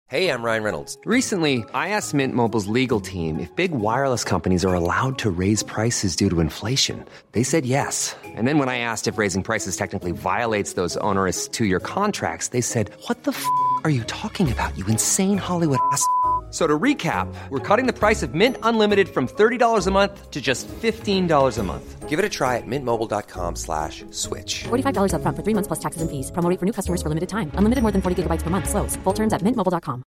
Hey, I'm Ryan Reynolds. Recently, I asked Mint Mobile's legal team if big wireless companies are allowed to raise prices due to inflation. They said yes. And then when I asked if raising prices technically violates those onerous two-year contracts, they said, "What the f*** are you talking about, you insane Hollywood ass?" So to recap, we're cutting the price of Mint Unlimited from $30 a month to just $15 a month. Give it a try at mintmobile.com/switch. $45 up front for 3 months plus taxes and fees. Promo rate for new customers for limited time. Unlimited more than 40 gigabytes per month. Slows full terms at mintmobile.com.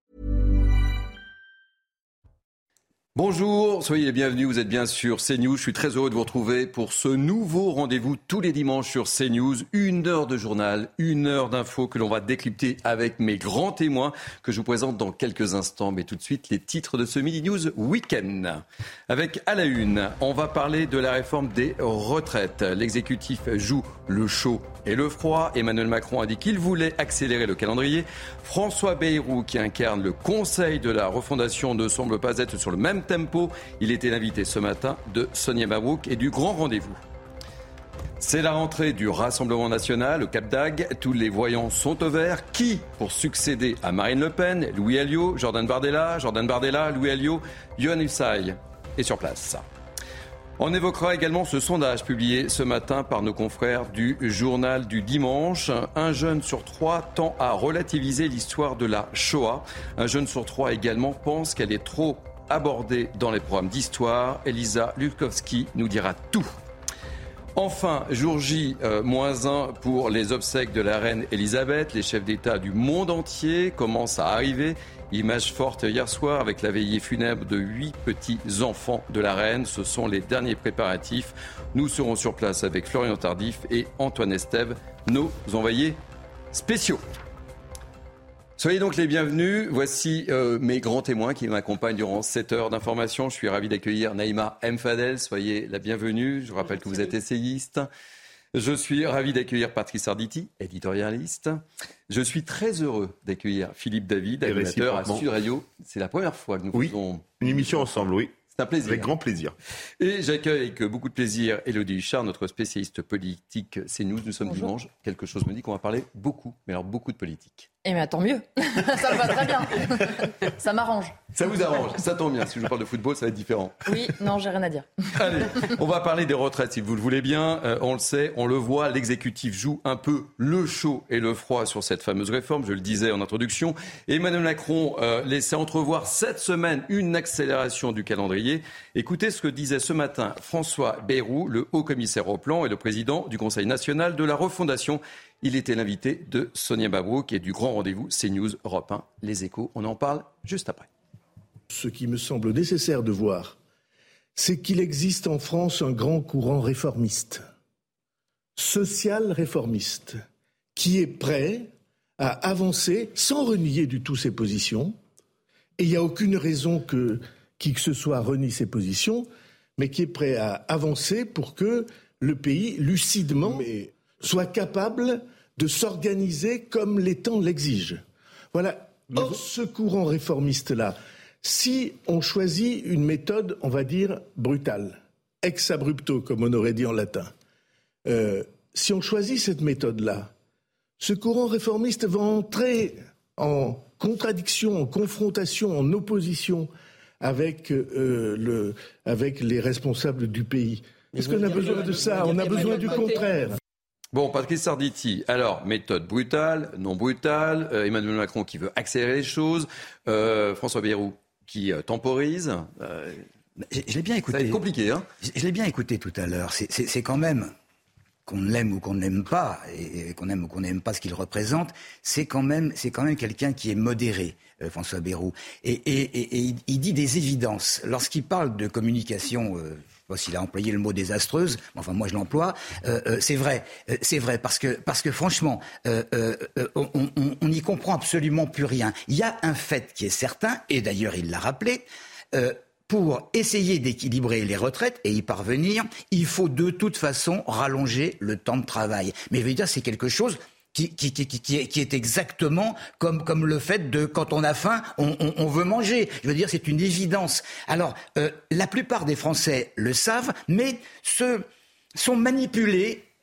Bonjour, soyez les bienvenus, vous êtes bien sur CNews. Je suis très heureux de vous retrouver pour ce nouveau rendez-vous tous les dimanches sur CNews. 1 heure de journal, 1 heure d'infos que l'on va décrypter avec mes grands témoins que je vous présente dans quelques instants. Mais tout de suite, les titres de ce Midi News Week-end. Avec à la une, on va parler de la réforme des retraites. L'exécutif joue le chaud et le froid. Emmanuel Macron a dit qu'il voulait accélérer le calendrier. François Bayrou, qui incarne le Conseil de la refondation, ne semble pas être sur le même tempo. Il était l'invité ce matin de Sonia Mabrouk et du Grand Rendez-vous. C'est la rentrée du Rassemblement national au Cap d'Agde. Tous les voyants sont au vert. Qui pour succéder à Marine Le Pen? Louis Alliot, Jordan Bardella, Louis Alliot, Yohann Usaï est sur place. On évoquera également ce sondage publié ce matin par nos confrères du Journal du Dimanche. Un jeune sur 3 tend à relativiser l'histoire de la Shoah. Un jeune sur 3 également pense qu'elle est trop abordée dans les programmes d'histoire. Elisa Lukowski nous dira tout. Enfin, jour J-1 pour les obsèques de la reine Elisabeth. Les chefs d'État du monde entier commencent à arriver. Image forte hier soir avec la veillée funèbre de 8 petits-enfants de la reine. Ce sont les derniers préparatifs. Nous serons sur place avec Florian Tardif et Antoine Estève, nos envoyés spéciaux. Soyez donc les bienvenus. Voici mes grands témoins qui m'accompagnent durant 7 heures d'information. Je suis ravi d'accueillir Naïma M. Fadel. Soyez la bienvenue. Je vous rappelle que vous êtes essayiste. Je suis ravi d'accueillir Patrice Arditi, éditorialiste. Je suis très heureux d'accueillir Philippe David, animateur à Sud Radio. C'est la première fois que nous faisons une émission ensemble, oui. C'est un plaisir. Avec grand plaisir. Et j'accueille avec beaucoup de plaisir Élodie Huchard, notre spécialiste politique CNews. Nous sommes dimanche. Quelque chose me dit qu'on va parler beaucoup, mais alors beaucoup de politique. Eh bien, tant mieux. Ça me va très bien. Ça m'arrange. Ça vous arrange, ça tombe bien. Si je parle de football, ça va être différent. Oui, non, j'ai rien à dire. Allez, on va parler des retraites, si vous le voulez bien. On le sait, on le voit, l'exécutif joue un peu le chaud et le froid sur cette fameuse réforme. Je le disais en introduction. Emmanuel Macron laissait entrevoir cette semaine une accélération du calendrier. Écoutez ce que disait ce matin François Bayrou, le haut-commissaire au plan et le président du Conseil national de la refondation. Il était l'invité de Sonia Mabrouk et du Grand Rendez-vous CNews Europe 1, Les Échos. On en parle juste après. Ce qui me semble nécessaire de voir, c'est qu'il existe en France un grand courant réformiste, social-réformiste, qui est prêt à avancer sans renier du tout ses positions. Et il n'y a aucune raison que qui que ce soit renie ses positions, mais qui est prêt à avancer pour que le pays, lucidement, soit capable de s'organiser comme les temps l'exigent. Voilà. Or, ce courant réformiste-là, si on choisit une méthode, on va dire, brutale, ex abrupto, comme on aurait dit en latin, si on choisit cette méthode-là, ce courant réformiste va entrer en contradiction, en confrontation, en opposition avec les responsables du pays. Est-ce qu'on a besoin de ça? On a besoin du contraire. Bon, Patrice Arditi, alors, méthode brutale, non brutale, Emmanuel Macron qui veut accélérer les choses, François Bayrou qui temporise. Je l'ai bien écouté. Ça va être compliqué, hein? Je l'ai bien écouté tout à l'heure. C'est quand même, qu'on l'aime ou qu'on ne l'aime pas, et qu'on aime ou qu'on n'aime pas ce qu'il représente, c'est quand même quelqu'un qui est modéré, François Bayrou. Et il dit des évidences. Lorsqu'il parle de communication, je ne sais pas s'il a employé le mot désastreuse, mais enfin moi je l'emploie, c'est vrai parce que franchement, on n'y comprend absolument plus rien. Il y a un fait qui est certain, et d'ailleurs il l'a rappelé, pour essayer d'équilibrer les retraites et y parvenir, il faut de toute façon rallonger le temps de travail. Mais je veux dire, c'est quelque chose qui est exactement comme le fait de quand on a faim, on veut manger. Je veux dire, c'est une évidence. Alors, la plupart des Français le savent, mais sont manipulés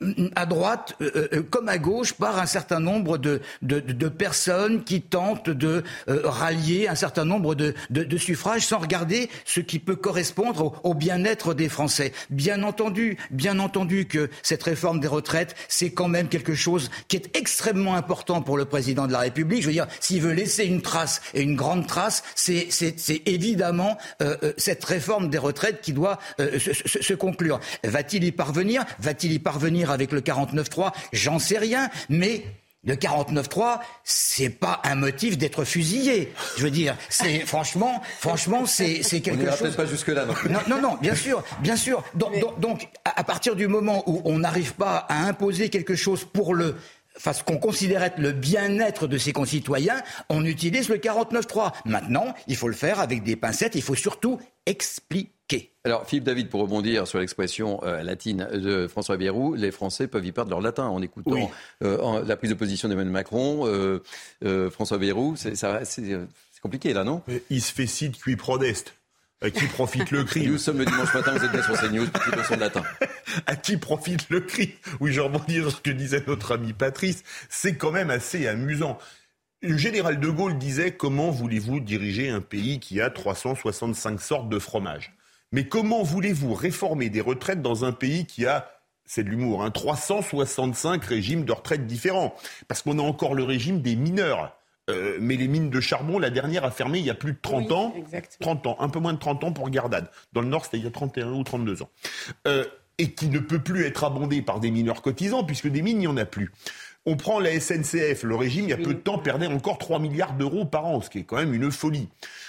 à droite comme à gauche par un certain nombre de personnes qui tentent de rallier un certain nombre de suffrages sans regarder ce qui peut correspondre au bien-être des Français. Bien entendu que cette réforme des retraites, c'est quand même quelque chose qui est extrêmement important pour le président de la République. Je veux dire, s'il veut laisser une trace et une grande trace, c'est évidemment cette réforme des retraites qui doit se conclure. Va-t-il y parvenir avec le 49.3 ? J'en sais rien, mais le 49.3, c'est pas un motif d'être fusillé. Je veux dire, c'est franchement, c'est quelque chose. On n'ira pas jusque là. Non, bien sûr. Donc, à partir du moment où on n'arrive pas à imposer quelque chose pour ce qu'on considère être le bien-être de ses concitoyens, on utilise le 49.3. Maintenant, il faut le faire avec des pincettes, il faut surtout expliquer. Alors, Philippe David, pour rebondir sur l'expression latine de François Bayrou, les Français peuvent y perdre leur latin en écoutant la prise de position d'Emmanuel Macron. François Bayrou, c'est compliqué là, non ? Il se fait cite qui prodeste. À qui profite le crime ? Nous sommes le dimanche matin, vous êtes bien sur CNews, petite leçon de latin. À qui profite le crime ? Oui, je rebondis sur ce que disait notre ami Patrice. C'est quand même assez amusant. Le général de Gaulle disait « Comment voulez-vous diriger un pays qui a 365 sortes de fromage ?» Mais comment voulez-vous réformer des retraites dans un pays qui a, c'est de l'humour, 365 régimes de retraite différents ? Parce qu'on a encore le régime des mineurs. Mais les mines de charbon, la dernière a fermé il y a plus de 30 ans. Exactement. 30 ans, un peu moins de 30 ans pour Gardade. Dans le Nord, c'était il y a 31 ou 32 ans. Et qui ne peut plus être abondé par des mineurs cotisants, puisque des mines, il n'y en a plus. On prend la SNCF, le régime, il y a peu de temps, perdait encore 3 milliards d'euros par an, ce qui est quand même une folie.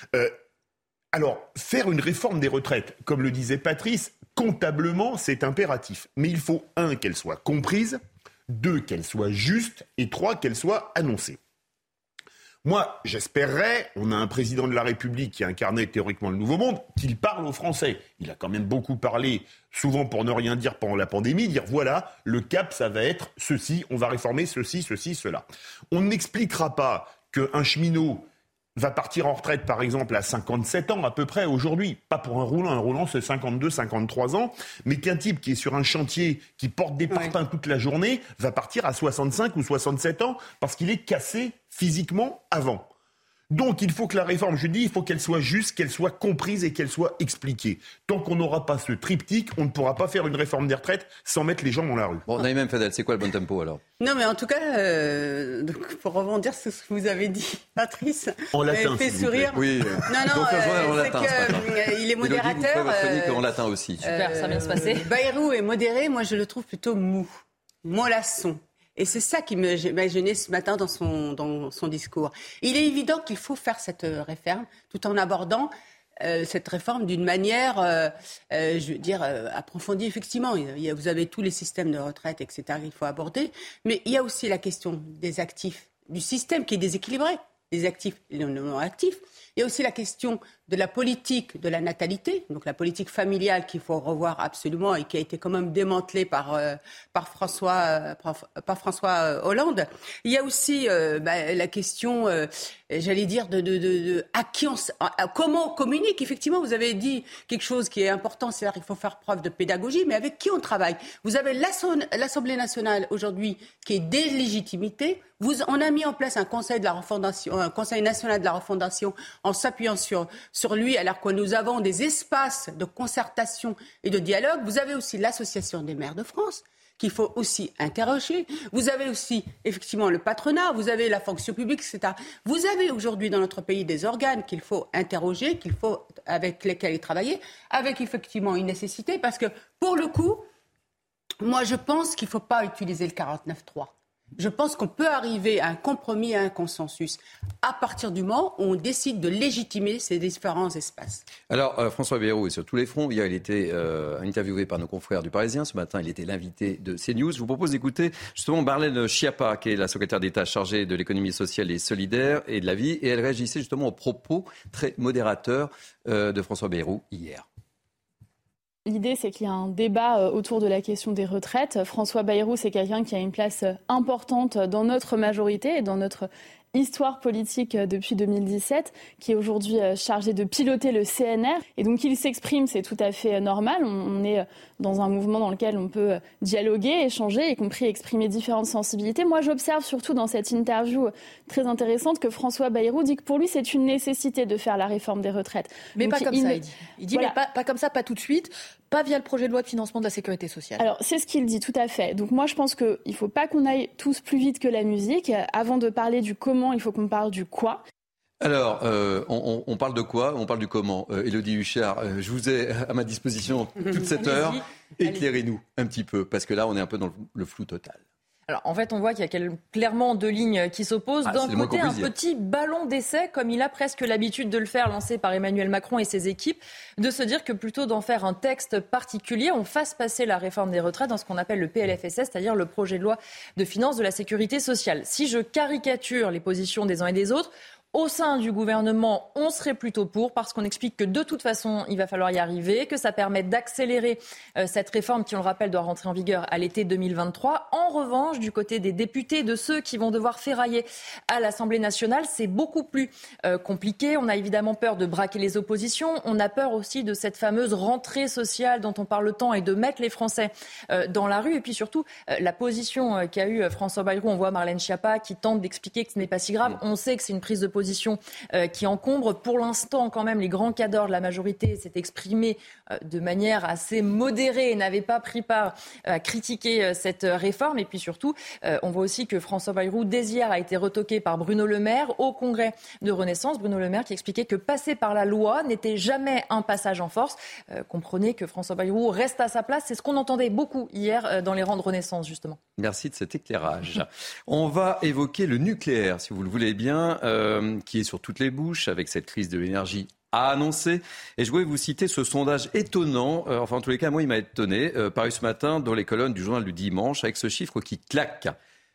Alors, faire une réforme des retraites, comme le disait Patrice, comptablement, c'est impératif. Mais il faut, 1, qu'elle soit comprise, 2, qu'elle soit juste, et 3, qu'elle soit annoncée. Moi, j'espérerais, on a un président de la République qui incarnait théoriquement le nouveau monde, qu'il parle aux Français. Il a quand même beaucoup parlé, souvent pour ne rien dire pendant la pandémie, dire voilà, le cap, ça va être ceci, on va réformer ceci, cela. On n'expliquera pas qu'un cheminot va partir en retraite, par exemple, à 57 ans à peu près aujourd'hui. Pas pour un roulant c'est 52, 53 ans, mais qu'un type qui est sur un chantier, qui porte des parpaings toute la journée, va partir à 65 ou 67 ans parce qu'il est cassé physiquement avant. Donc il faut que la réforme, je dis, il faut qu'elle soit juste, qu'elle soit comprise et qu'elle soit expliquée. Tant qu'on n'aura pas ce triptyque, on ne pourra pas faire une réforme des retraites sans mettre les gens dans la rue. Bon, Naïma Fadel, c'est quoi le bon tempo alors ? Non, mais en tout cas, pour rebondir sur ce que vous avez dit, Patrice, en latin, fait sourire. Oui. Non, c'est qu'il est modérateur. Vous faites en latin aussi. Super, ça vient de se passer. Bayrou est modéré, moi je le trouve plutôt mou, mollasson. Et c'est ça qui m'a gêné ce matin dans son discours. Il est évident qu'il faut faire cette réforme tout en abordant cette réforme d'une manière, je veux dire, approfondie. Effectivement, vous avez tous les systèmes de retraite, etc. qu'il faut aborder. Mais il y a aussi la question des actifs, du système qui est déséquilibré, des actifs et non actifs. Il y a aussi la question de la politique de la natalité, donc la politique familiale qu'il faut revoir absolument et qui a été quand même démantelée par François Hollande. Il y a aussi la question, j'allais dire, de comment on communique. Effectivement, vous avez dit quelque chose qui est important, c'est-à-dire qu'il faut faire preuve de pédagogie, mais avec qui on travaille ? Vous avez l'Assemblée nationale aujourd'hui qui est délégitimité. On a mis en place un conseil national de la refondation en s'appuyant sur lui, alors que nous avons des espaces de concertation et de dialogue. Vous avez aussi l'Association des maires de France qu'il faut aussi interroger. Vous avez aussi, effectivement, le patronat, vous avez la fonction publique, etc. Vous avez aujourd'hui dans notre pays des organes qu'il faut interroger, avec lesquels travailler, avec effectivement une nécessité, parce que, pour le coup, moi, je pense qu'il ne faut pas utiliser le 49.3. Je pense qu'on peut arriver à un compromis, à un consensus, à partir du moment où on décide de légitimer ces différents espaces. Alors, François Bayrou est sur tous les fronts. Hier, il était interviewé par nos confrères du Parisien. Ce matin, il était l'invité de CNews. Je vous propose d'écouter justement Marlène Schiappa, qui est la secrétaire d'État chargée de l'économie sociale et solidaire et de la vie. Et elle réagissait justement aux propos très modérateurs de François Bayrou hier. L'idée, c'est qu'il y a un débat autour de la question des retraites. François Bayrou, c'est quelqu'un qui a une place importante dans notre majorité et dans notre histoire politique depuis 2017, qui est aujourd'hui chargé de piloter le CNR. Et donc il s'exprime, c'est tout à fait normal. On est dans un mouvement dans lequel on peut dialoguer, échanger, y compris exprimer différentes sensibilités. Moi, j'observe surtout dans cette interview très intéressante que François Bayrou dit que pour lui, c'est une nécessité de faire la réforme des retraites. Mais donc, pas comme ça, il dit. Il dit, voilà. mais pas comme ça, pas tout de suite, pas via le projet de loi de financement de la sécurité sociale. Alors, c'est ce qu'il dit, tout à fait. Donc moi, je pense qu'il ne faut pas qu'on aille tous plus vite que la musique. Avant de parler du comment, il faut qu'on parle du quoi. Alors, on parle de quoi ? On parle du comment ? Élodie Huchard, je vous ai à ma disposition toute cette heure. Éclairez-nous un petit peu, parce que là, on est un peu dans le flou total. Alors, en fait, on voit qu'il y a clairement deux lignes qui s'opposent. D'un côté, un petit ballon d'essai, comme il a presque l'habitude de le faire, lancé par Emmanuel Macron et ses équipes, de se dire que plutôt d'en faire un texte particulier, on fasse passer la réforme des retraites dans ce qu'on appelle le PLFSS, c'est-à-dire le projet de loi de finances de la sécurité sociale. Si je caricature les positions des uns et des autres, au sein du gouvernement, on serait plutôt pour, parce qu'on explique que de toute façon, il va falloir y arriver, que ça permet d'accélérer cette réforme qui, on le rappelle, doit rentrer en vigueur à l'été 2023. En revanche, du côté des députés, de ceux qui vont devoir ferrailler à l'Assemblée nationale, c'est beaucoup plus compliqué. On a évidemment peur de braquer les oppositions. On a peur aussi de cette fameuse rentrée sociale dont on parle tant et de mettre les Français dans la rue. Et puis surtout, la position qu'a eue François Bayrou, on voit Marlène Schiappa qui tente d'expliquer que ce n'est pas si grave. On sait que c'est une prise de position qui encombre. Pour l'instant, quand même, les grands cadors de la majorité s'étaient exprimés de manière assez modérée et n'avaient pas pris part à critiquer cette réforme. Et puis surtout, on voit aussi que François Bayrou, dès hier, a été retoqué par Bruno Le Maire au congrès de Renaissance. Bruno Le Maire qui expliquait que passer par la loi n'était jamais un passage en force. Comprenez que François Bayrou reste à sa place. C'est ce qu'on entendait beaucoup hier dans les rangs de Renaissance, justement. Merci de cet éclairage. On va évoquer le nucléaire, si vous le voulez bien, qui est sur toutes les bouches avec cette crise de l'énergie à annoncer. Et je voulais vous citer ce sondage étonnant, enfin en tous les cas, moi il m'a étonné, paru ce matin dans les colonnes du journal du dimanche, avec ce chiffre qui claque.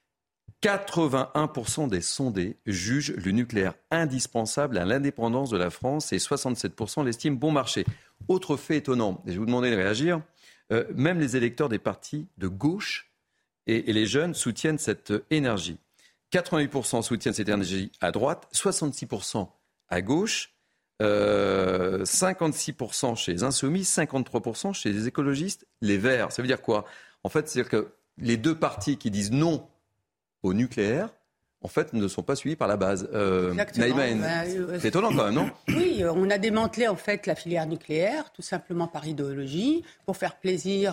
81% des sondés jugent le nucléaire indispensable à l'indépendance de la France et 67% l'estiment bon marché. Autre fait étonnant, et je vais vous demander de réagir, même les électeurs des partis de gauche et les jeunes soutiennent cette énergie. 88% soutiennent cette énergie à droite, 66% à gauche, 56% chez les Insoumis, 53% chez les écologistes, les Verts. Ça veut dire quoi ? En fait, c'est-à-dire que les deux partis qui disent non au nucléaire, en fait, ne sont pas suivis par la base. C'est étonnant quand même, non ? Oui, on a démantelé en fait la filière nucléaire, tout simplement par idéologie, pour faire plaisir,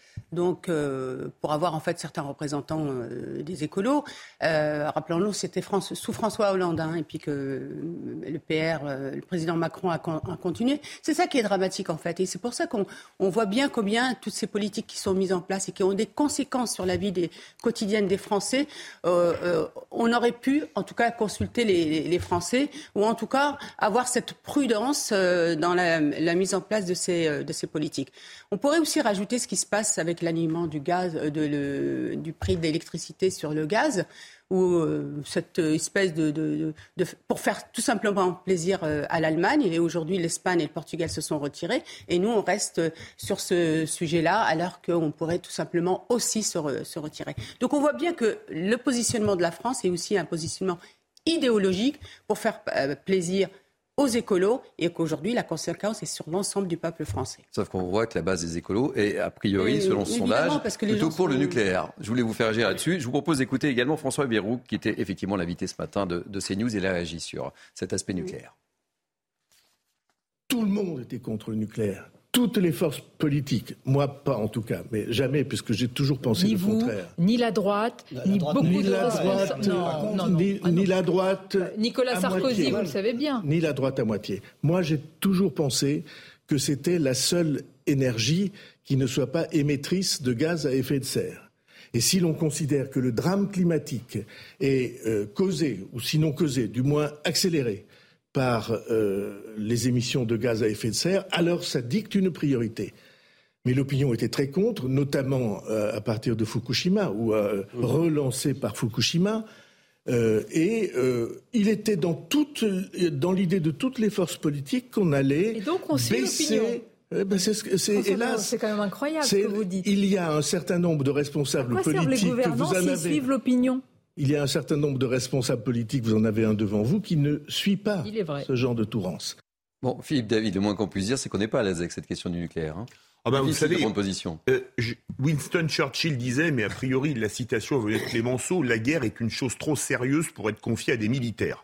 pour avoir en fait certains représentants des écolos. Rappelons-nous, c'était sous François Hollande, et puis que le PR, le président Macron a continué. C'est ça qui est dramatique en fait, et c'est pour ça qu'on voit bien combien toutes ces politiques qui sont mises en place et qui ont des conséquences sur la vie quotidienne des Français. On aurait pu, en tout cas, consulter les Français, ou en tout cas avoir cette prudence dans la mise en place de ces politiques. On pourrait aussi rajouter ce qui se passe avec l'alignement du gaz, du prix de l'électricité sur le gaz, ou cette espèce pour faire tout simplement plaisir à l'Allemagne. Et aujourd'hui, l'Espagne et le Portugal se sont retirés. Et nous, on reste sur ce sujet-là, alors qu'on pourrait tout simplement aussi se retirer. Donc on voit bien que le positionnement de la France est aussi un positionnement idéologique pour faire plaisir aux écolos, et qu'aujourd'hui, la conséquence est sur l'ensemble du peuple français. Sauf qu'on voit que la base des écolos est, a priori, selon ce sondage, plutôt pour le nucléaire. Je voulais vous faire réagir là-dessus. Je vous propose d'écouter également François Bayrou, qui était effectivement l'invité ce matin de CNews, et il a réagi sur cet aspect nucléaire. Tout le monde était contre le nucléaire. Toutes les forces politiques, moi pas en tout cas, mais jamais, puisque j'ai toujours pensé le contraire. Ni la droite, ni beaucoup de responsables. Ni la droite. Nicolas Sarkozy, vous le savez bien. Ni la droite à moitié. Moi, j'ai toujours pensé que c'était la seule énergie qui ne soit pas émettrice de gaz à effet de serre. Et si l'on considère que le drame climatique est causé, ou sinon causé, du moins accéléré, par les émissions de gaz à effet de serre, alors ça dicte une priorité. Mais l'opinion était très contre, notamment à partir de Fukushima, ou relancé par Fukushima. Il était dans l'idée de toutes les forces politiques qu'on allait baisser... C'est quand même incroyable ce que vous dites. Il y a un certain nombre de responsables politiques que vous en avez... s'ils suivent l'opinion ? il y a un certain nombre de responsables politiques, vous en avez un devant vous, qui ne suit pas ce genre de tourance. Bon, Philippe David, le moins qu'on puisse dire, c'est qu'on n'est pas à l'aise avec cette question du nucléaire. Vous savez, position. Winston Churchill disait, mais a priori, la citation venait de Clémenceau, la guerre est une chose trop sérieuse pour être confiée à des militaires.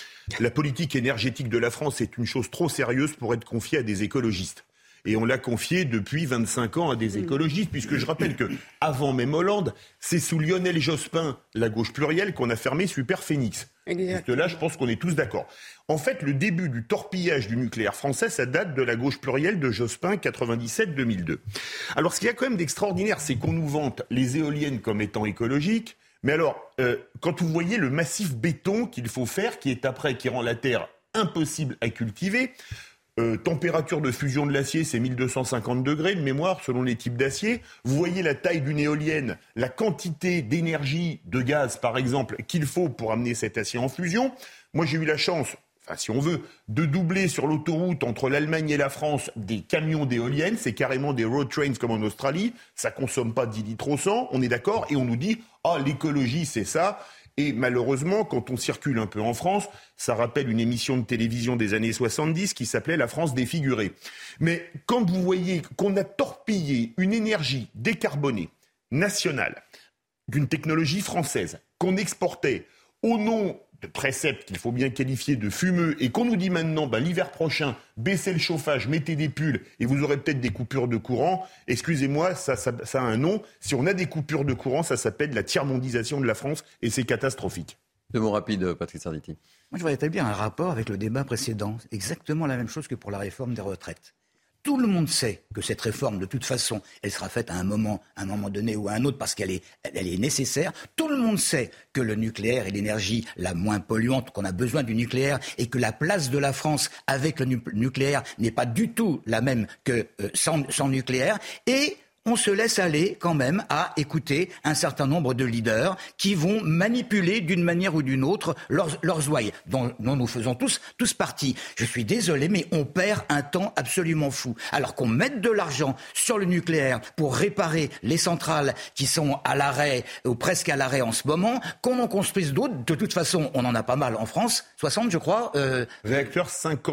La politique énergétique de la France est une chose trop sérieuse pour être confiée à des écologistes. Et on l'a confié depuis 25 ans à des écologistes, puisque je rappelle que avant même Hollande, c'est sous Lionel Jospin, la gauche plurielle, qu'on a fermé Superphénix. Parce que là, je pense qu'on est tous d'accord. En fait, le début du torpillage du nucléaire français, ça date de la gauche plurielle de Jospin, 97-2002. Alors, ce qu'il y a quand même d'extraordinaire, c'est qu'on nous vante les éoliennes comme étant écologiques. Mais alors, quand vous voyez le massif béton qu'il faut faire, qui rend la terre impossible à cultiver. Température de fusion de l'acier, c'est 1250 degrés de mémoire, selon les types d'acier. Vous voyez la taille d'une éolienne, la quantité d'énergie, de gaz, par exemple, qu'il faut pour amener cet acier en fusion. Moi, j'ai eu la chance, si on veut, de doubler sur l'autoroute entre l'Allemagne et la France des camions d'éoliennes. C'est carrément des road trains comme en Australie. Ça consomme pas 10 litres au 100, on est d'accord. Et on nous dit, l'écologie, c'est ça. Et malheureusement, quand on circule un peu en France, ça rappelle une émission de télévision des années 70 qui s'appelait La France défigurée. Mais quand vous voyez qu'on a torpillé une énergie décarbonée, nationale, d'une technologie française, qu'on exportait au nom de préceptes qu'il faut bien qualifier de fumeux, et qu'on nous dit maintenant, l'hiver prochain, baissez le chauffage, mettez des pulls, et vous aurez peut-être des coupures de courant. Excusez-moi, ça a un nom. Si on a des coupures de courant, ça s'appelle la tiers-mondisation de la France, et c'est catastrophique. Deux mots rapides, Patrice Arditi. Moi, je voudrais établir un rapport avec le débat précédent. Exactement la même chose que pour la réforme des retraites. Tout le monde sait que cette réforme, de toute façon, elle sera faite à un moment donné ou à un autre parce qu'elle est nécessaire. Tout le monde sait que le nucléaire est l'énergie la moins polluante, qu'on a besoin du nucléaire et que la place de la France avec le nucléaire n'est pas du tout la même que sans nucléaire. Et on se laisse aller quand même à écouter un certain nombre de leaders qui vont manipuler d'une manière ou d'une autre leurs ouailles, dont nous faisons tous partie. Je suis désolé, mais on perd un temps absolument fou. Alors qu'on mette de l'argent sur le nucléaire pour réparer les centrales qui sont à l'arrêt ou presque à l'arrêt en ce moment, qu'on en construise d'autres. De toute façon, on en a pas mal en France, 60 je crois. Réacteur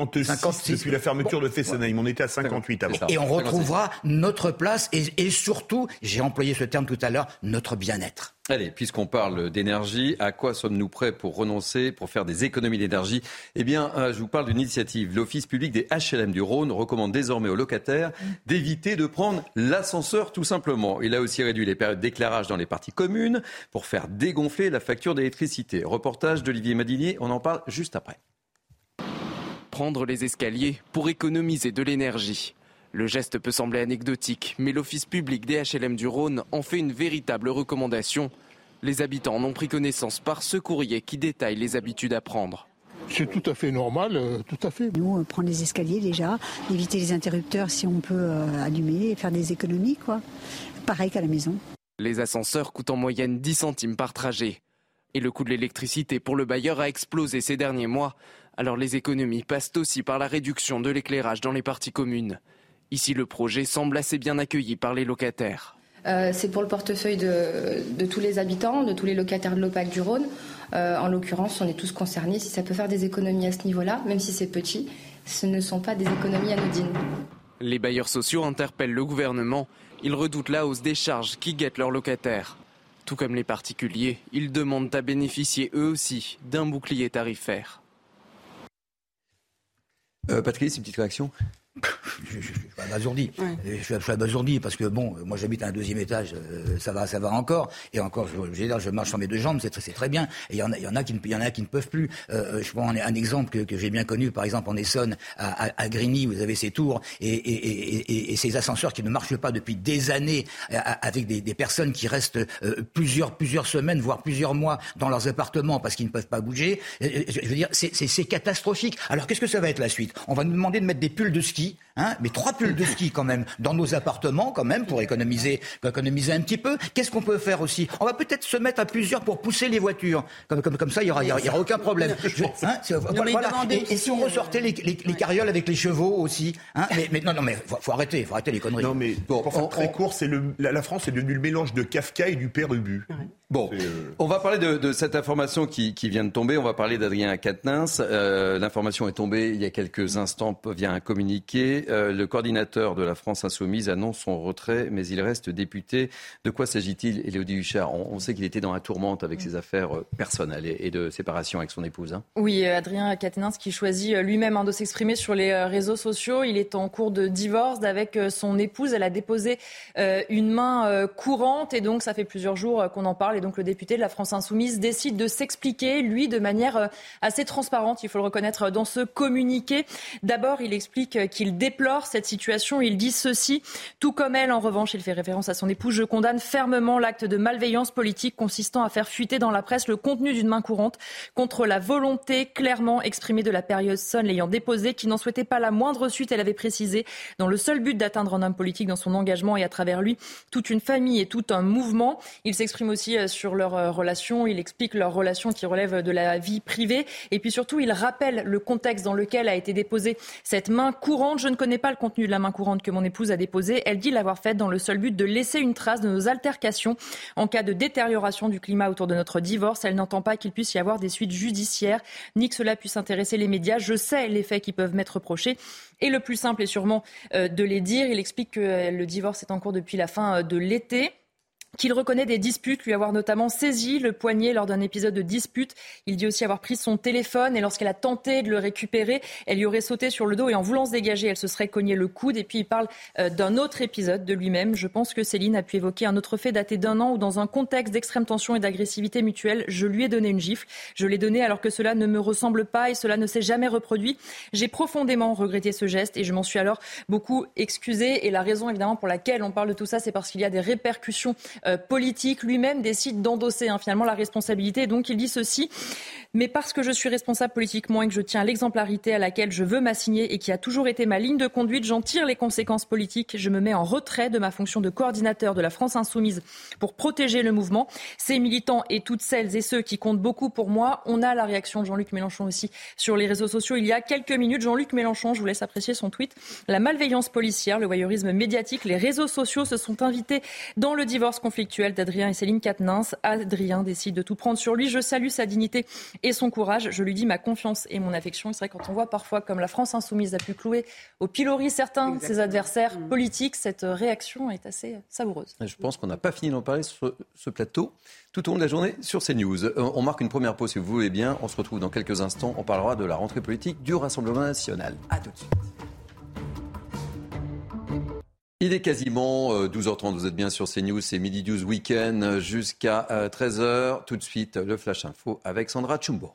56 depuis la fermeture de Fessenheim. On était à 58 avant. Et on retrouvera notre place et surtout, j'ai employé ce terme tout à l'heure, notre bien-être. Allez, puisqu'on parle d'énergie, à quoi sommes-nous prêts pour renoncer, pour faire des économies d'énergie ? Eh bien, je vous parle d'une initiative. L'Office public des HLM du Rhône recommande désormais aux locataires d'éviter de prendre l'ascenseur, tout simplement. Il a aussi réduit les périodes d'éclairage dans les parties communes pour faire dégonfler la facture d'électricité. Reportage d'Olivier Madinier, on en parle juste après. Prendre les escaliers pour économiser de l'énergie. Le geste peut sembler anecdotique, mais l'Office public des HLM du Rhône en fait une véritable recommandation. Les habitants en ont pris connaissance par ce courrier qui détaille les habitudes à prendre. C'est tout à fait normal, tout à fait. Nous, prendre les escaliers déjà, éviter les interrupteurs si on peut allumer et faire des économies, quoi. Pareil qu'à la maison. Les ascenseurs coûtent en moyenne 10 centimes par trajet. Et le coût de l'électricité pour le bailleur a explosé ces derniers mois. Alors les économies passent aussi par la réduction de l'éclairage dans les parties communes. Ici, le projet semble assez bien accueilli par les locataires. C'est pour le portefeuille de tous les habitants, de tous les locataires de l'OPAC du Rhône. En l'occurrence, on est tous concernés. Si ça peut faire des économies à ce niveau-là, même si c'est petit, ce ne sont pas des économies anodines. Les bailleurs sociaux interpellent le gouvernement. Ils redoutent la hausse des charges qui guettent leurs locataires. Tout comme les particuliers, ils demandent à bénéficier eux aussi d'un bouclier tarifaire. Patrice, une petite réaction ? Je suis abasourdi. Ouais. Je suis abasourdi parce que moi j'habite à un 2e étage, ça va encore. Et encore, je marche sur mes deux jambes, c'est très bien. Et il y en a qui ne peuvent plus. Je prends un exemple que j'ai bien connu, par exemple en Essonne, à Grigny, vous avez ces tours et ces ascenseurs qui ne marchent pas depuis des années, avec des personnes qui restent plusieurs semaines, voire plusieurs mois dans leurs appartements parce qu'ils ne peuvent pas bouger. Je veux dire, c'est catastrophique. Alors qu'est-ce que ça va être la suite ? On va nous demander de mettre des pulls de ski. Mais 3 pulls de ski quand même dans nos appartements quand même pour économiser un petit peu. Qu'est-ce qu'on peut faire aussi ? On va peut-être se mettre à plusieurs pour pousser les voitures. Comme ça, il y aura aucun problème. Voilà. Et si on ressortait les carrioles avec les chevaux aussi, mais faut arrêter les conneries. Non mais pour faire très court, la France est devenue le mélange de Kafka et du père Ubu. Bon, on va parler de cette information qui vient de tomber. On va parler d'Adrien Quatennens. L'information est tombée il y a quelques instants via un communiqué. Le coordinateur de la France Insoumise annonce son retrait, mais il reste député. De quoi s'agit-il, Élodie Huchard ? On sait qu'il était dans la tourmente avec ses affaires personnelles et de séparation avec son épouse. Hein. Oui, Adrien Quatennens qui choisit lui-même de s'exprimer sur les réseaux sociaux. Il est en cours de divorce avec son épouse. Elle a déposé une main courante et donc ça fait plusieurs jours qu'on en parle. Et donc le député de la France Insoumise décide de s'expliquer, lui, de manière assez transparente, il faut le reconnaître, dans ce communiqué. D'abord, il explique qu'il déplore cette situation. Il dit ceci: tout comme elle, en revanche, il fait référence à son épouse, je condamne fermement l'acte de malveillance politique consistant à faire fuiter dans la presse le contenu d'une main courante contre la volonté clairement exprimée de la personne l'ayant déposée, qui n'en souhaitait pas la moindre suite, elle avait précisé, dans le seul but d'atteindre un homme politique dans son engagement et à travers lui toute une famille et tout un mouvement. Il s'exprime aussi sur leur relation, il explique leur relation qui relève de la vie privée et puis surtout il rappelle le contexte dans lequel a été déposée cette main courante. Je ne connais pas le contenu de la main courante que mon épouse a déposée, elle dit l'avoir faite dans le seul but de laisser une trace de nos altercations en cas de détérioration du climat autour de notre divorce. Elle n'entend pas qu'il puisse y avoir des suites judiciaires ni que cela puisse intéresser les médias. Je sais les faits qui peuvent m'être reprochés et le plus simple est sûrement de les dire. Il explique que le divorce est en cours depuis la fin de l'été, qu'il reconnaît des disputes, lui avoir notamment saisi le poignet lors d'un épisode de dispute. Il dit aussi avoir pris son téléphone et lorsqu'elle a tenté de le récupérer, elle lui aurait sauté sur le dos et en voulant se dégager, elle se serait cogné le coude. Et puis il parle d'un autre épisode de lui-même. Je pense que Céline a pu évoquer un autre fait daté d'1 an où dans un contexte d'extrême tension et d'agressivité mutuelle, je lui ai donné une gifle. Je l'ai donnée alors que cela ne me ressemble pas et cela ne s'est jamais reproduit. J'ai profondément regretté ce geste et je m'en suis alors beaucoup excusée. Et la raison évidemment pour laquelle on parle de tout ça, c'est parce qu'il y a des répercussions politique. Lui-même décide d'endosser finalement la responsabilité. Donc il dit ceci: mais parce que je suis responsable politiquement et que je tiens à l'exemplarité à laquelle je veux m'assigner et qui a toujours été ma ligne de conduite, j'en tire les conséquences politiques. Je me mets en retrait de ma fonction de coordinateur de la France Insoumise pour protéger le mouvement. Ces militants et toutes celles et ceux qui comptent beaucoup pour moi. On a la réaction de Jean-Luc Mélenchon aussi sur les réseaux sociaux il y a quelques minutes. Jean-Luc Mélenchon, je vous laisse apprécier son tweet: la malveillance policière, le voyeurisme médiatique, les réseaux sociaux se sont invités dans le divorce conflictuel d'Adrien et Céline Quatennens. Adrien décide de tout prendre sur lui. Je salue sa dignité et son courage. Je lui dis ma confiance et mon affection. C'est vrai, quand on voit parfois comme la France Insoumise a pu clouer au pilori certains de ses adversaires politiques, cette réaction est assez savoureuse. Je pense qu'on n'a pas fini d'en parler sur ce plateau tout au long de la journée sur CNews. On marque une première pause si vous voulez bien. On se retrouve dans quelques instants. On parlera de la rentrée politique du Rassemblement national. À tout de suite. Il est quasiment 12h30, vous êtes bien sur CNews, c'est Midi 12 Week-end jusqu'à 13h. Tout de suite, le Flash Info avec Sandra Tchumbo.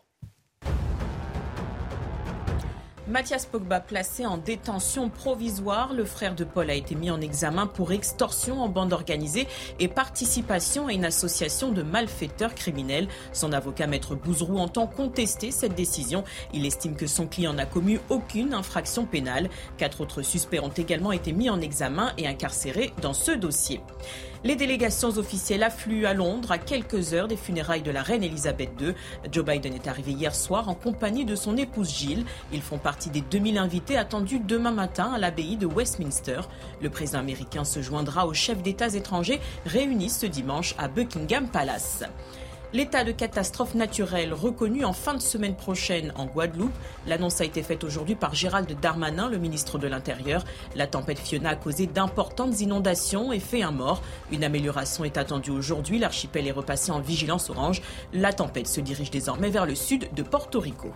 Mathias Pogba placé en détention provisoire. Le frère de Paul a été mis en examen pour extorsion en bande organisée et participation à une association de malfaiteurs criminels. Son avocat Maître Bouzrou entend contester cette décision. Il estime que son client n'a commis aucune infraction pénale. 4 autres suspects ont également été mis en examen et incarcérés dans ce dossier. Les délégations officielles affluent à Londres à quelques heures des funérailles de la reine Elisabeth II. Joe Biden est arrivé hier soir en compagnie de son épouse Jill. Ils font partie des 2000 invités attendus demain matin à l'abbaye de Westminster. Le président américain se joindra aux chefs d'États étrangers réunis ce dimanche à Buckingham Palace. L'état de catastrophe naturelle reconnu en fin de semaine prochaine en Guadeloupe. L'annonce a été faite aujourd'hui par Gérald Darmanin, le ministre de l'Intérieur. La tempête Fiona a causé d'importantes inondations et fait un mort. Une amélioration est attendue aujourd'hui. L'archipel est repassé en vigilance orange. La tempête se dirige désormais vers le sud de Porto Rico.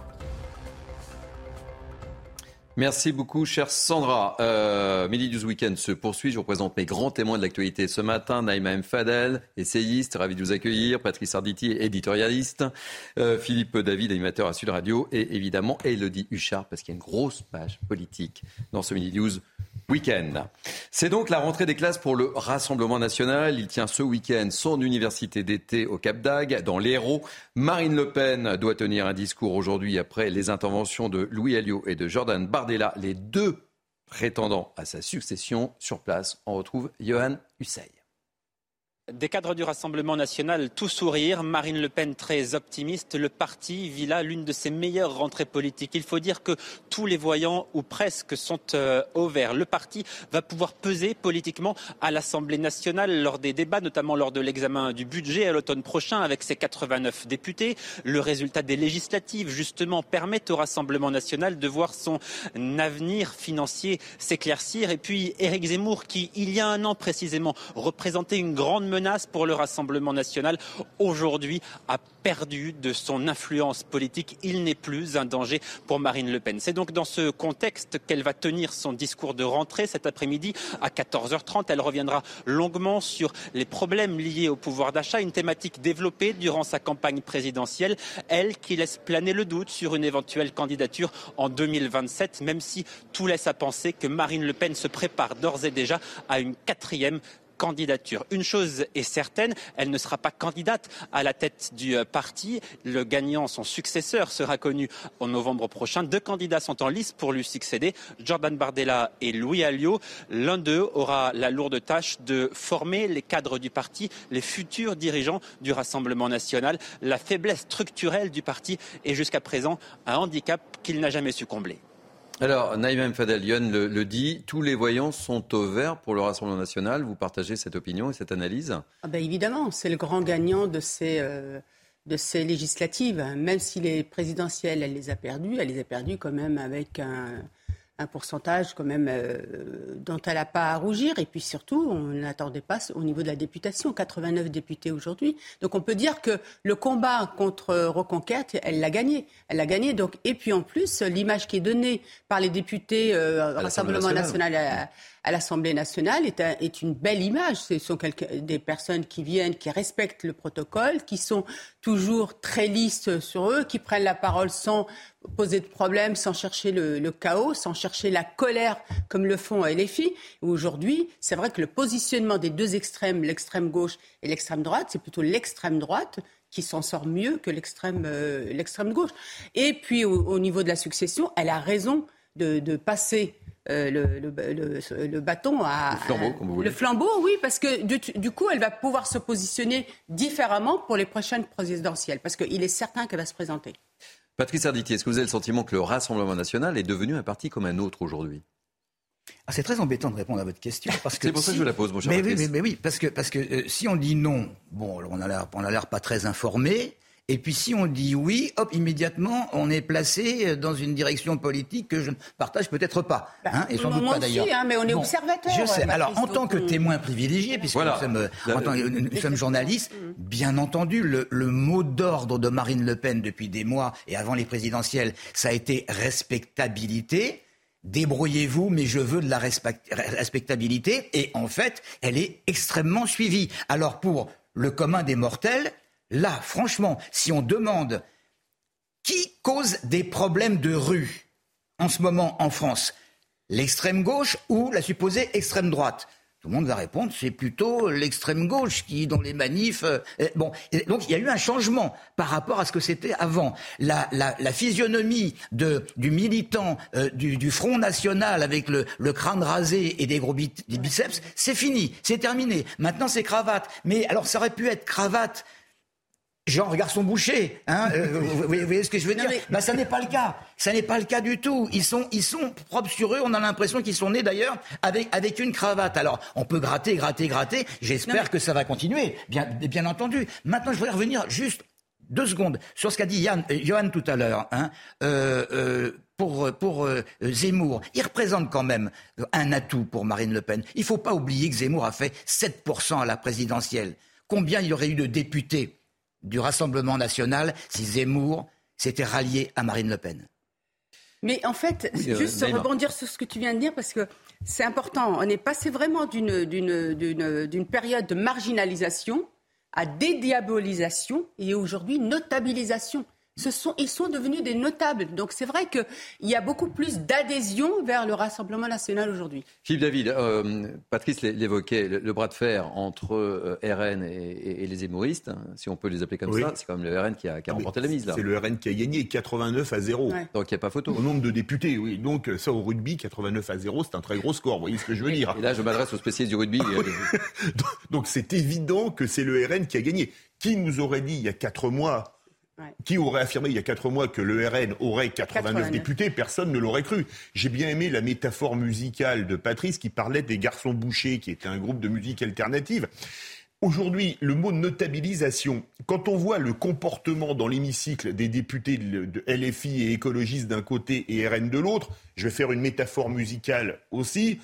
Merci beaucoup, chère Sandra. Midi 12 Week-end se poursuit. Je vous présente mes grands témoins de l'actualité ce matin. Naïma M. Fadel, essayiste, ravi de vous accueillir. Patrice Arditi, éditorialiste. Philippe David, animateur à Sud Radio. Et évidemment, Élodie Huchard, parce qu'il y a une grosse page politique dans ce Midi 12 Week-end. C'est donc la rentrée des classes pour le Rassemblement national. Il tient ce week-end son université d'été au Cap d'Agde, dans l'Hérault. Marine Le Pen doit tenir un discours aujourd'hui après les interventions de Louis Alliot et de Jordan Bardella, les deux prétendants à sa succession. Sur place, on retrouve Yohann Usaï. Des cadres du Rassemblement national, tout sourire, Marine Le Pen très optimiste. Le parti vit là l'une de ses meilleures rentrées politiques. Il faut dire que tous les voyants, ou presque, sont au vert. Le parti va pouvoir peser politiquement à l'Assemblée nationale lors des débats, notamment lors de l'examen du budget à l'automne prochain avec ses 89 députés. Le résultat des législatives, justement, permet au Rassemblement national de voir son avenir financier s'éclaircir. Et puis Éric Zemmour, qui, il y a un an précisément, représentait une grande menace pour le Rassemblement national, aujourd'hui a perdu de son influence politique. Il n'est plus un danger pour Marine Le Pen. C'est donc dans ce contexte qu'elle va tenir son discours de rentrée cet après-midi à 14h30. Elle reviendra longuement sur les problèmes liés au pouvoir d'achat, une thématique développée durant sa campagne présidentielle. Elle qui laisse planer le doute sur une éventuelle candidature en 2027, même si tout laisse à penser que Marine Le Pen se prépare d'ores et déjà à une 4e candidature. Une chose est certaine, elle ne sera pas candidate à la tête du parti. Le gagnant, son successeur, sera connu en novembre prochain. 2 candidats sont en lice pour lui succéder, Jordan Bardella et Louis Alliot. L'un d'eux aura la lourde tâche de former les cadres du parti, les futurs dirigeants du Rassemblement national. La faiblesse structurelle du parti est jusqu'à présent un handicap qu'il n'a jamais su combler. Alors, Naïma Mfadel, Yohann le dit, tous les voyants sont au vert pour le Rassemblement national. Vous partagez cette opinion et cette analyse ? Évidemment, c'est le grand gagnant de ces législatives. Même si les présidentielles, elle les a perdues quand même avec un pourcentage quand même dont elle n'a pas à rougir. Et puis surtout, on n'attendait pas au niveau de la députation, 89 députés aujourd'hui. Donc on peut dire que le combat contre Reconquête, elle l'a gagné. Donc, et puis en plus, l'image qui est donnée par les députés Rassemblement national à l'Assemblée nationale est une belle image. Ce sont des personnes qui viennent, qui respectent le protocole, qui sont toujours très lisses sur eux, qui prennent la parole sans poser de problème, sans chercher le chaos, sans chercher la colère comme le font LFI. Aujourd'hui, c'est vrai que le positionnement des deux extrêmes, l'extrême gauche et l'extrême droite, c'est plutôt l'extrême droite qui s'en sort mieux que l'extrême gauche. Et puis au niveau de la succession, elle a raison de passer le bâton à... Le flambeau, comme vous voulez. Le flambeau, oui, parce que du coup, elle va pouvoir se positionner différemment pour les prochaines présidentielles, parce qu'il est certain qu'elle va se présenter. Patrice Arditi, est-ce que vous avez le sentiment que le Rassemblement national est devenu un parti comme un autre aujourd'hui ? C'est très embêtant de répondre à votre question. Parce que c'est pour ça que je vous la pose, mon cher Patrice. Mais oui, parce que si on dit non, bon, on a l'air pas très informé. Et puis si on dit oui, hop, immédiatement, on est placé dans une direction politique que je ne partage peut-être pas. Et sans doute pas d'ailleurs. Mais on est observateur. Je sais. Alors, en tant que témoin privilégié, puisque nous sommes journalistes, bien entendu, le mot d'ordre de Marine Le Pen depuis des mois et avant les présidentielles, ça a été respectabilité. Débrouillez-vous, mais je veux de la respectabilité. Et en fait, elle est extrêmement suivie. Alors, pour le commun des mortels, là, franchement, si on demande qui cause des problèmes de rue en ce moment en France, l'extrême gauche ou la supposée extrême droite ? Tout le monde va répondre, c'est plutôt l'extrême gauche qui, dans les manifs... Donc il y a eu un changement par rapport à ce que c'était avant. La physionomie du militant du Front National avec le crâne rasé et des gros des biceps, c'est fini, c'est terminé. Maintenant, c'est cravate. Mais alors, ça aurait pu être cravate... Genre garçon boucher, vous voyez ce que je veux dire ? Ça n'est pas le cas. Ça n'est pas le cas du tout. Ils sont propres sur eux. On a l'impression qu'ils sont nés d'ailleurs avec une cravate. Alors on peut gratter. J'espère que ça va continuer, bien entendu. Maintenant, je voudrais revenir juste 2 secondes sur ce qu'a dit Yohann tout à l'heure. Pour Zemmour, il représente quand même un atout pour Marine Le Pen. Il ne faut pas oublier que Zemmour a fait 7% à la présidentielle. Combien il y aurait eu de députés du Rassemblement national si Zemmour s'était rallié à Marine Le Pen? Mais en fait, juste rebondir sur ce que tu viens de dire, parce que c'est important. On est passé vraiment d'une période de marginalisation à dédiabolisation et aujourd'hui notabilisation. Ils sont devenus des notables. Donc c'est vrai qu'il y a beaucoup plus d'adhésion vers le Rassemblement national aujourd'hui. Philippe David, Patrice l'évoquait, le bras de fer entre RN et les hémoristes, hein, si on peut les appeler comme ça, c'est quand même le RN qui a remporté la mise. Là. C'est le RN qui a gagné 89-0. Ouais. Donc il n'y a pas photo. Au nombre de députés, oui. Donc ça au rugby, 89-0, c'est un très gros score, vous voyez ce que je veux dire. Et là je m'adresse aux spécialistes du rugby. Donc c'est évident que c'est le RN qui a gagné. Qui nous aurait dit il y a 4 mois Qui aurait affirmé il y a 4 mois que le RN aurait 89 députés? Personne ne l'aurait cru. J'ai bien aimé la métaphore musicale de Patrice qui parlait des Garçons Bouchers, qui était un groupe de musique alternative. Aujourd'hui, le mot notabilisation, quand on voit le comportement dans l'hémicycle des députés de LFI et écologistes d'un côté et RN de l'autre, je vais faire une métaphore musicale aussi.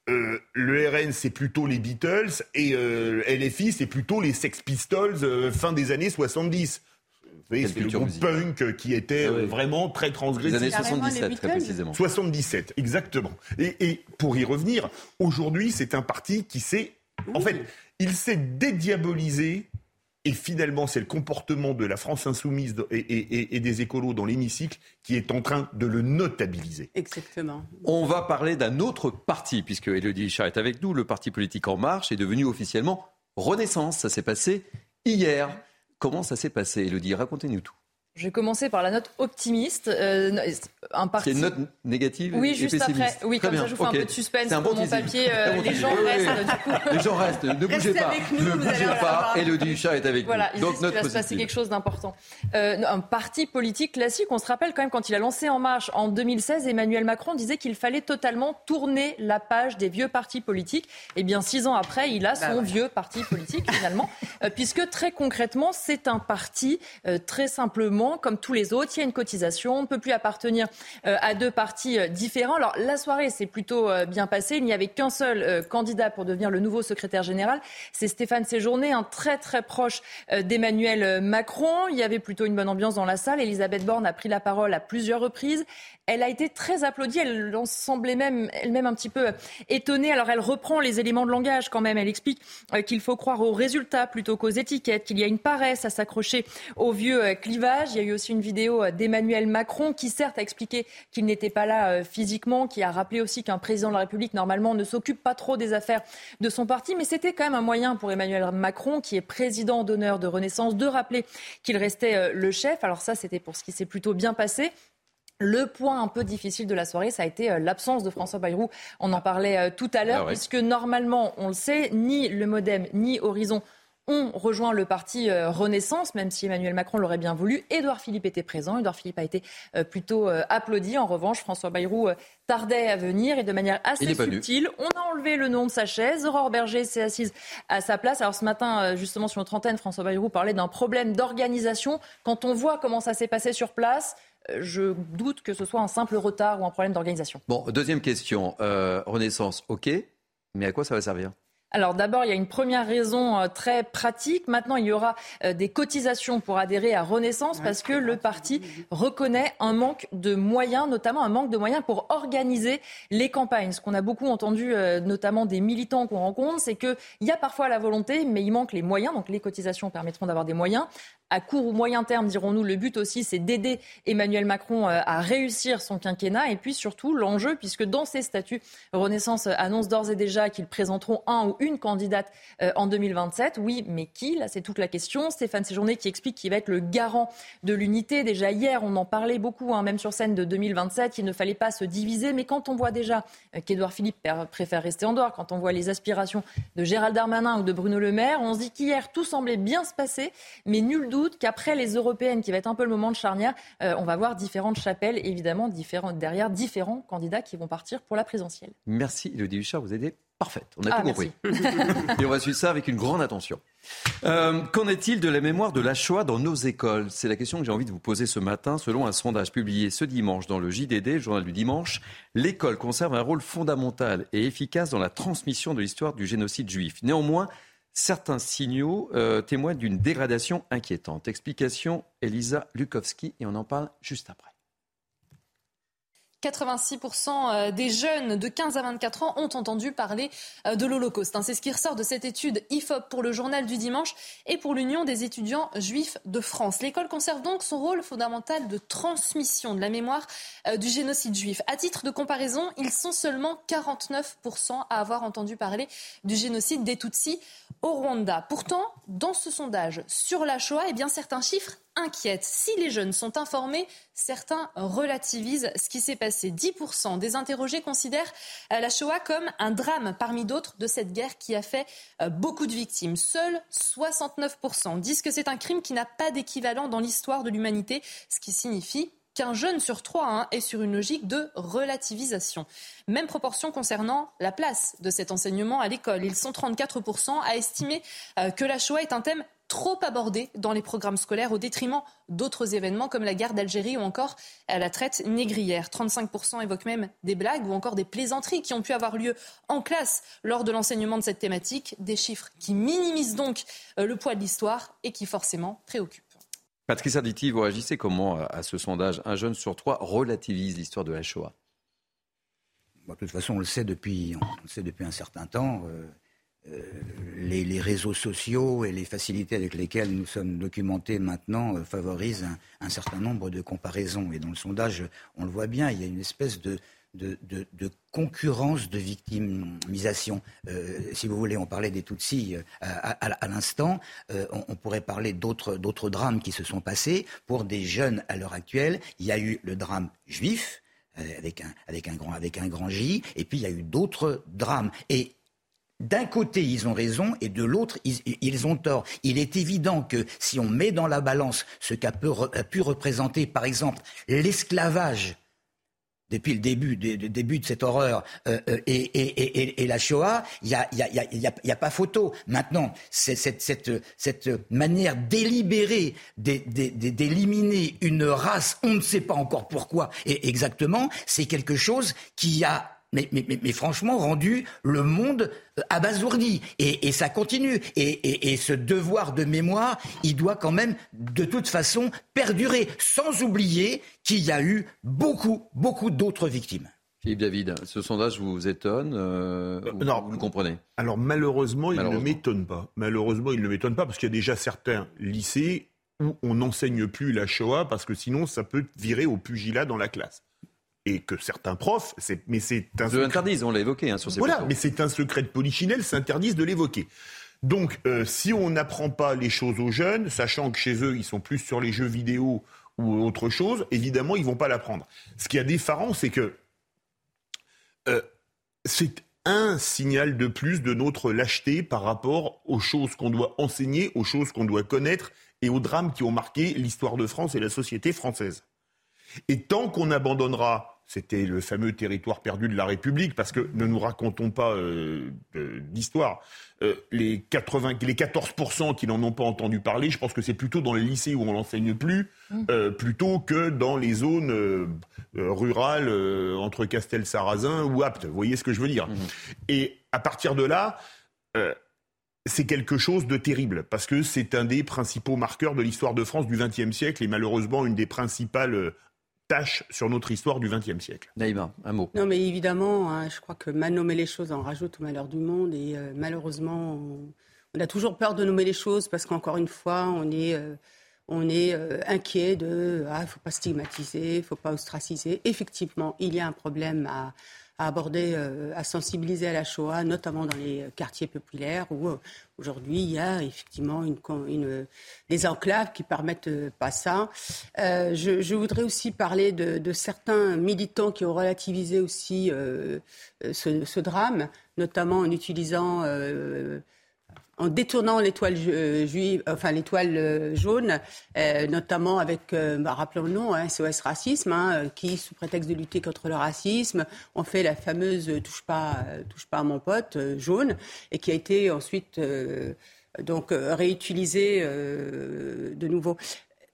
Le RN, c'est plutôt les Beatles et LFI, c'est plutôt les Sex Pistols fin des années 70. Vous voyez, c'est le groupe punk qui était vraiment très transgressif. Les années 77, très précisément. 77, exactement. Et pour y revenir, aujourd'hui, c'est un parti qui s'est... En fait, il s'est dédiabolisé. Et finalement, c'est le comportement de la France insoumise et des écolos dans l'hémicycle qui est en train de le notabiliser. Exactement. On va parler d'un autre parti, puisque Élodie Huchard est avec nous. Le parti politique En Marche est devenu officiellement Renaissance. Ça s'est passé hier. Comment ça s'est passé, Élodie? Racontez-nous tout. Je vais commencer par la note optimiste. Un parti... C'est une note négative oui, et juste pessimiste. Après. Oui, comme ça, je vous fais un peu de suspense pour mon papier. Les gens restent, du coup. Les gens restent. Ne bougez pas. Ne bougez pas. Élodie Huchard est avec voilà, nous. Donc, il va se passer quelque chose d'important. Un parti politique classique, on se rappelle quand même, quand il a lancé En Marche en 2016, Emmanuel Macron disait qu'il fallait totalement tourner la page des vieux partis politiques. Eh bien, 6 ans après, il a son vieux parti politique, finalement, puisque très concrètement, c'est un parti, très simplement, comme tous les autres, il y a une cotisation, on ne peut plus appartenir à 2 partis différents. Alors la soirée s'est plutôt bien passée, il n'y avait qu'un seul candidat pour devenir le nouveau secrétaire général, c'est Stéphane Séjourné, un très très proche d'Emmanuel Macron. Il y avait plutôt une bonne ambiance dans la salle, Elisabeth Borne a pris la parole à plusieurs reprises. Elle a été très applaudie, elle en semblait même elle-même un petit peu étonnée. Alors elle reprend les éléments de langage quand même, elle explique qu'il faut croire aux résultats plutôt qu'aux étiquettes, qu'il y a une paresse à s'accrocher au vieux clivage. Il y a eu aussi une vidéo d'Emmanuel Macron qui certes a expliqué qu'il n'était pas là physiquement, qui a rappelé aussi qu'un président de la République normalement ne s'occupe pas trop des affaires de son parti, mais c'était quand même un moyen pour Emmanuel Macron, qui est président d'honneur de Renaissance, de rappeler qu'il restait le chef. Alors ça, c'était pour ce qui s'est plutôt bien passé. Le point un peu difficile de la soirée, ça a été l'absence de François Bayrou. On en parlait tout à l'heure, puisque normalement, on le sait, ni le MoDem, ni Horizon ont rejoint le parti Renaissance, même si Emmanuel Macron l'aurait bien voulu. Édouard Philippe était présent. Édouard Philippe a été plutôt applaudi. En revanche, François Bayrou tardait à venir et de manière assez subtile, on a enlevé le nom de sa chaise. Aurore Berger s'est assise à sa place. Alors ce matin, justement, sur notre antenne, François Bayrou parlait d'un problème d'organisation. Quand on voit comment ça s'est passé sur place, je doute que ce soit un simple retard ou un problème d'organisation. Bon, deuxième question. Renaissance, ok, mais à quoi ça va servir ? Alors d'abord, il y a une première raison très pratique. Maintenant, il y aura des cotisations pour adhérer à Renaissance parce que le parti reconnaît un manque de moyens, notamment un manque de moyens pour organiser les campagnes. Ce qu'on a beaucoup entendu, notamment des militants qu'on rencontre, c'est qu'il y a parfois la volonté, mais il manque les moyens. Donc les cotisations permettront d'avoir des moyens. À court ou moyen terme, dirons-nous, le but aussi, c'est d'aider Emmanuel Macron à réussir son quinquennat. Et puis surtout, l'enjeu, puisque dans ses statuts, Renaissance annonce d'ores et déjà qu'ils présenteront un ou une candidate en 2027. Oui, mais qui ? Là, c'est toute la question. Stéphane Séjourné qui explique qu'il va être le garant de l'unité. Déjà hier, on en parlait beaucoup, même sur scène de 2027. Il ne fallait pas se diviser. Mais quand on voit déjà qu'Édouard Philippe préfère rester en dehors, quand on voit les aspirations de Gérald Darmanin ou de Bruno Le Maire, on se dit qu'hier, tout semblait bien se passer. Mais nul doute qu'après les européennes, qui va être un peu le moment de charnière, on va voir différentes chapelles, évidemment, derrière différents candidats qui vont partir pour la présidentielle. Merci Élodie Huchard, vous aidez parfaite. On a tout compris. Et on va suivre ça avec une grande attention. Qu'en est-il de la mémoire de la Shoah dans nos écoles ? C'est la question que j'ai envie de vous poser ce matin. Selon un sondage publié ce dimanche dans le JDD, le journal du dimanche, l'école conserve un rôle fondamental et efficace dans la transmission de l'histoire du génocide juif. Néanmoins, certains signaux témoignent d'une dégradation inquiétante. Explication, Elisa Lukowski, et on en parle juste après. 86% des jeunes de 15 à 24 ans ont entendu parler de l'Holocauste. C'est ce qui ressort de cette étude IFOP pour le Journal du Dimanche et pour l'Union des étudiants juifs de France. L'école conserve donc son rôle fondamental de transmission de la mémoire du génocide juif. À titre de comparaison, ils sont seulement 49% à avoir entendu parler du génocide des Tutsis au Rwanda. Pourtant, dans ce sondage sur la Shoah, certains chiffres inquiètent. Si les jeunes sont informés, certains relativisent ce qui s'est passé. 10% des interrogés considèrent la Shoah comme un drame parmi d'autres de cette guerre qui a fait beaucoup de victimes. Seuls 69% disent que c'est un crime qui n'a pas d'équivalent dans l'histoire de l'humanité, ce qui signifie qu'un jeune sur 3 est sur une logique de relativisation. Même proportion concernant la place de cet enseignement à l'école. Ils sont 34% à estimer que la Shoah est un thème trop abordé dans les programmes scolaires au détriment d'autres événements comme la guerre d'Algérie ou encore la traite négrière. 35% évoquent même des blagues ou encore des plaisanteries qui ont pu avoir lieu en classe lors de l'enseignement de cette thématique. Des chiffres qui minimisent donc le poids de l'histoire et qui forcément préoccupent. Patrice Arditi, vous réagissez comment à ce sondage ? Un jeune sur 3 relativise l'histoire de la Shoah. De toute façon, on le sait depuis un certain temps. Les réseaux sociaux et les facilités avec lesquelles nous sommes documentés maintenant favorisent un certain nombre de comparaisons. Et dans le sondage, on le voit bien, il y a une espèce de concurrence de victimisation. Si vous voulez, on parlait des Tutsis à l'instant. On pourrait parler d'autres drames qui se sont passés. Pour des jeunes à l'heure actuelle, il y a eu le drame juif, avec un grand J, et puis il y a eu d'autres drames. Et d'un côté, ils ont raison, et de l'autre, ils ont tort. Il est évident que si on met dans la balance ce qu'a pu représenter, par exemple, l'esclavage, depuis le début de cette horreur, et la Shoah, il y a pas photo. Maintenant, cette manière délibérée d'éliminer une race, on ne sait pas encore pourquoi et exactement, c'est quelque chose qui a mais franchement rendu le monde abasourdi, et ça continue, et ce devoir de mémoire, il doit quand même de toute façon perdurer, sans oublier qu'il y a eu beaucoup d'autres victimes. Philippe David, ce sondage vous étonne non, vous le comprenez? Alors malheureusement, il ne m'étonne pas. Malheureusement, il ne m'étonne pas, parce qu'il y a déjà certains lycées où on n'enseigne plus la Shoah, parce que sinon ça peut virer au pugilat dans la classe. Et que certains profs, interdisent, on l'a évoqué sur ces plateaux. Mais c'est un secret de polichinelle, s'interdisent de l'évoquer. Donc, si on n'apprend pas les choses aux jeunes, sachant que chez eux, ils sont plus sur les jeux vidéo ou autre chose, évidemment, ils vont pas l'apprendre. Ce qui est effarant, c'est que c'est un signal de plus de notre lâcheté par rapport aux choses qu'on doit enseigner, aux choses qu'on doit connaître et aux drames qui ont marqué l'histoire de France et la société française. Et tant qu'on abandonnera, c'était le fameux territoire perdu de la République, parce que ne nous racontons pas d'histoire, les 14% qui n'en ont pas entendu parler, je pense que c'est plutôt dans les lycées où on l'enseigne plus, plutôt que dans les zones rurales entre Castel-Sarrazin ou Apt. Vous voyez ce que je veux dire ? Et à partir de là, c'est quelque chose de terrible, parce que c'est un des principaux marqueurs de l'histoire de France du XXe siècle, et malheureusement une des principales tâche sur notre histoire du XXe siècle. Naïma, un mot. Non, mais évidemment, je crois que mal nommer les choses en rajoute au malheur du monde. Et malheureusement, on a toujours peur de nommer les choses parce qu'encore une fois, on est inquiet de il ne faut pas stigmatiser, il ne faut pas ostraciser. Effectivement, il y a un problème à aborder, à sensibiliser à la Shoah, notamment dans les quartiers populaires où aujourd'hui il y a effectivement des enclaves qui permettent pas ça. Je voudrais aussi parler de certains militants qui ont relativisé aussi ce drame, notamment en utilisant en détournant l'étoile l'étoile jaune, notamment avec, rappelons le nom, SOS Racisme, qui, sous prétexte de lutter contre le racisme, ont fait la fameuse touche pas à mon pote jaune, et qui a été ensuite réutilisée de nouveau.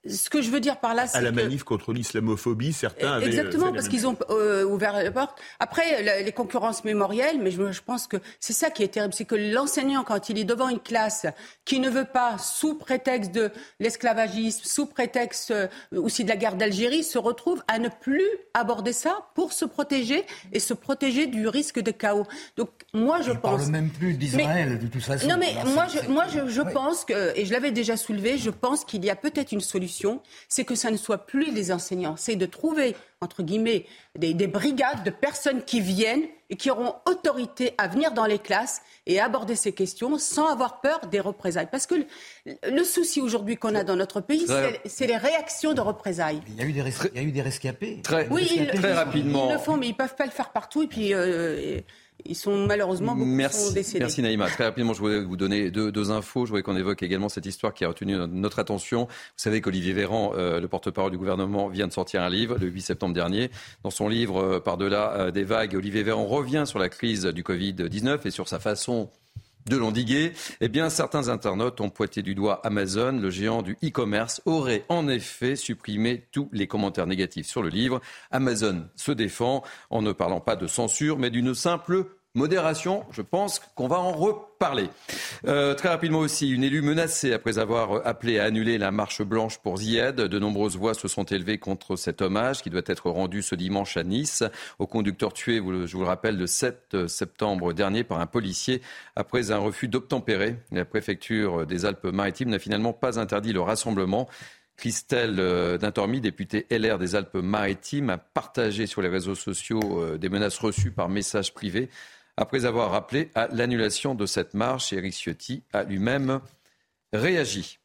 ce que je veux dire par là, c'est à la manif contre l'islamophobie, certains avaient... Exactement, parce qu'ils ont ouvert la porte. Après, les concurrences mémorielles, mais je pense que c'est ça qui est terrible, c'est que l'enseignant, quand il est devant une classe qui ne veut pas, sous prétexte de l'esclavagisme, sous prétexte aussi de la guerre d'Algérie, se retrouve à ne plus aborder ça pour se protéger et se protéger du risque de chaos. Donc, moi, je pense... On ne parle même plus d'Israël, de toute façon. Non, mais je pense que, et je l'avais déjà soulevé, je pense qu'il y a peut-être une solution, c'est que ça ne soit plus les enseignants, c'est de trouver, entre guillemets, des brigades de personnes qui viennent et qui auront autorité à venir dans les classes et aborder ces questions sans avoir peur des représailles. Parce que le souci aujourd'hui qu'on a dans notre pays, c'est les réactions de représailles. Il y a eu des rescapés. Très rapidement. Ils le font, mais ils ne peuvent pas le faire partout. Et puis... ils sont malheureusement beaucoup sont décédés. Merci Naïma. Très rapidement, je voulais vous donner deux infos. Je voulais qu'on évoque également cette histoire qui a retenu notre attention. Vous savez qu'Olivier Véran, le porte-parole du gouvernement, vient de sortir un livre le 8 septembre dernier. Dans son livre Par-delà des vagues, Olivier Véran revient sur la crise du Covid-19 et sur sa façon de l'endiguer. Eh bien, certains internautes ont pointé du doigt Amazon, le géant du e-commerce, aurait en effet supprimé tous les commentaires négatifs sur le livre. Amazon se défend en ne parlant pas de censure, mais d'une simple modération. Je pense qu'on va en reparler. Très rapidement aussi, une élue menacée après avoir appelé à annuler la marche blanche pour Zied. De nombreuses voix se sont élevées contre cet hommage qui doit être rendu ce dimanche à Nice au conducteur tué, je vous le rappelle, le 7 septembre dernier par un policier après un refus d'obtempérer. La préfecture des Alpes-Maritimes n'a finalement pas interdit le rassemblement. Christelle Dintormi, députée LR des Alpes-Maritimes, a partagé sur les réseaux sociaux des menaces reçues par message privé après avoir rappelé à l'annulation de cette marche. Éric Ciotti a lui-même réagi.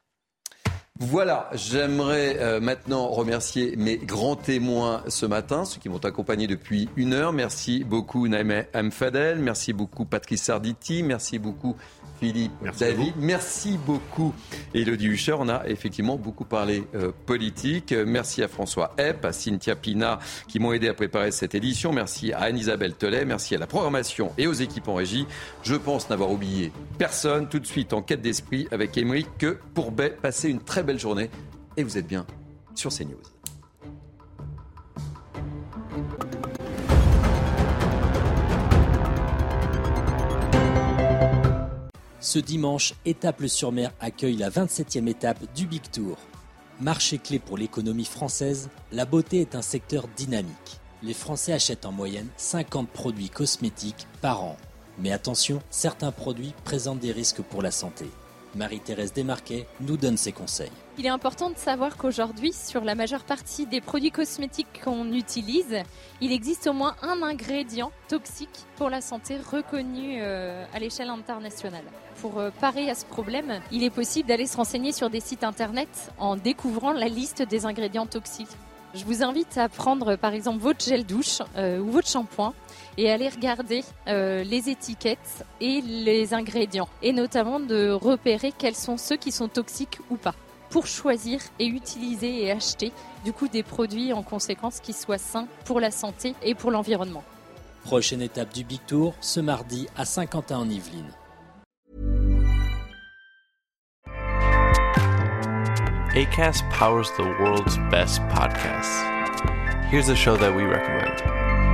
Voilà, j'aimerais maintenant remercier mes grands témoins ce matin, ceux qui m'ont accompagné depuis 1 heure. Merci beaucoup Naïma M. Fadel, merci beaucoup Patrice Arditi, merci beaucoup Philippe David, merci beaucoup Élodie Huchard. On a effectivement beaucoup parlé politique. Merci à François Epp, à Cynthia Pina qui m'ont aidé à préparer cette édition. Merci à Anne-Isabelle Tollet, merci à la programmation et aux équipes en régie. Je pense n'avoir oublié personne. Tout de suite en quête d'esprit avec Émeric Pourbet. Passez une très belle journée et vous êtes bien sur CNews. Ce dimanche, Étaples-sur-Mer accueille la 27e étape du Big Tour. Marché clé pour l'économie française, la beauté est un secteur dynamique. Les Français achètent en moyenne 50 produits cosmétiques par an. Mais attention, certains produits présentent des risques pour la santé. Marie-Thérèse Desmarquet nous donne ses conseils. Il est important de savoir qu'aujourd'hui, sur la majeure partie des produits cosmétiques qu'on utilise, il existe au moins un ingrédient toxique pour la santé reconnu à l'échelle internationale. Pour parer à ce problème, il est possible d'aller se renseigner sur des sites internet en découvrant la liste des ingrédients toxiques. Je vous invite à prendre par exemple votre gel douche ou votre shampoing et aller regarder les étiquettes et les ingrédients et notamment de repérer quels sont ceux qui sont toxiques ou pas pour choisir et utiliser et acheter du coup des produits en conséquence qui soient sains pour la santé et pour l'environnement. Prochaine étape du Big Tour, ce mardi à Saint-Quentin-en-Yvelines. Acast powers the world's best podcasts. Here's a show that we recommend.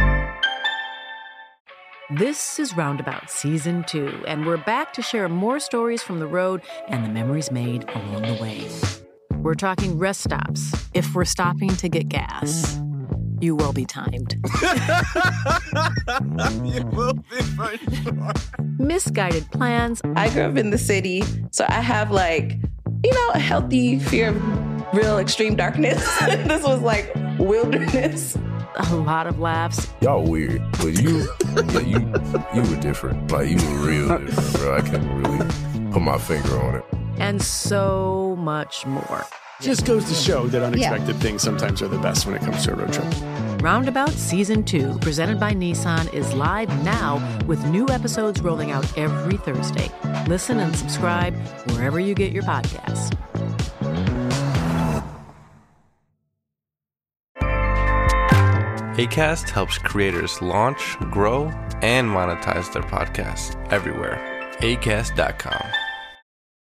This is Roundabout Season 2, and we're back to share more stories from the road and the memories made along the way. We're talking rest stops. If we're stopping to get gas, you will be timed. You will be for sure. Misguided plans. I grew up in the city, so I have a healthy fear of real extreme darkness. This was like wilderness. A lot of laughs. Y'all weird, but you were different. Like, you were real different, bro. I can't really put my finger on it. And so much more. Just goes to show that unexpected things sometimes are the best when it comes to a road trip. Roundabout Season 2, presented by Nissan, is live now with new episodes rolling out every Thursday. Listen and subscribe wherever you get your podcasts. Acast helps creators launch, grow, and monetize their podcasts everywhere. Acast.com.